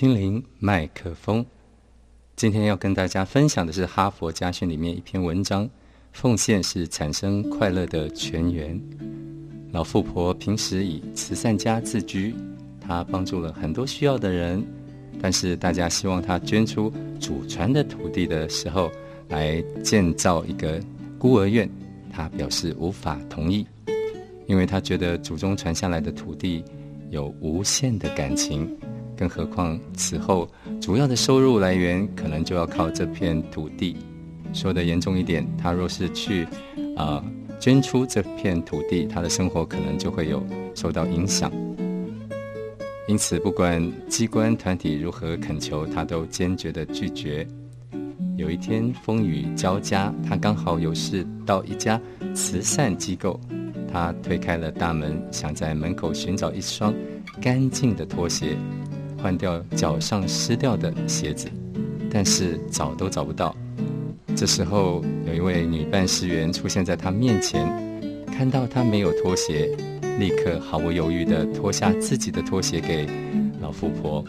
心灵麦克风。今天要跟大家分享的是哈佛家训里面一篇文章，奉献是产生快乐的泉源。老富婆平时以慈善家自居，她帮助了很多需要的人，但是大家希望她捐出祖传的土地的时候来建造一个孤儿院，她表示无法同意，因为她觉得祖宗传下来的土地有无限的感情，更何况此后主要的收入来源可能就要靠这片土地。说得严重一点，他若是去捐出这片土地，他的生活可能就会有受到影响。因此不管机关团体如何恳求，他都坚决地拒绝。有一天风雨交加，他刚好有事到一家慈善机构，他推开了大门，想在门口寻找一双干净的拖鞋，换掉脚上湿掉的鞋子，但是找都找不到。这时候有一位女办事员出现在他面前，看到他没有拖鞋，立刻毫不犹豫地脱下自己的拖鞋给老富婆。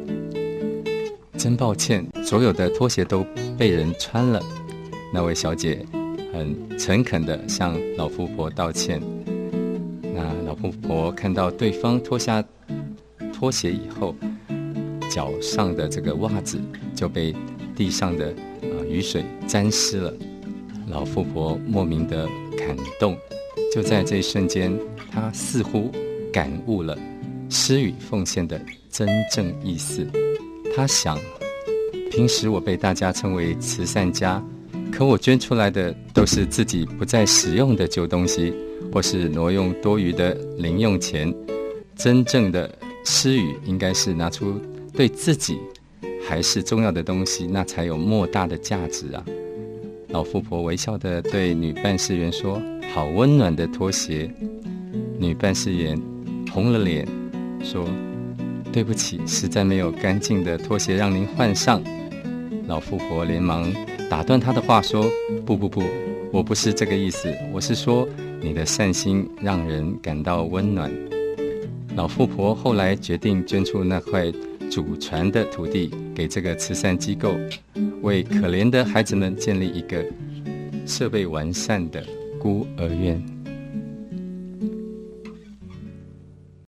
真抱歉，所有的拖鞋都被人穿了。那位小姐很诚恳地向老富婆道歉。那老富婆看到对方脱下拖鞋以后，脚上的这个袜子就被地上的雨水沾湿了。老富婆莫名的感动，就在这一瞬间，她似乎感悟了施与奉献的真正意思。她想，平时我被大家称为慈善家，可我捐出来的都是自己不再使用的旧东西，或是挪用多余的零用钱。真正的施与应该是拿出对自己还是重要的东西，那才有莫大的价值啊。老富婆微笑地对女办事员说，好温暖的拖鞋。女办事员红了脸说，对不起，实在没有干净的拖鞋让您换上。老富婆连忙打断她的话说，不，我不是这个意思，我是说你的善心让人感到温暖。老富婆后来决定捐出那块祖传的土地给这个慈善机构，为可怜的孩子们建立一个设备完善的孤儿院。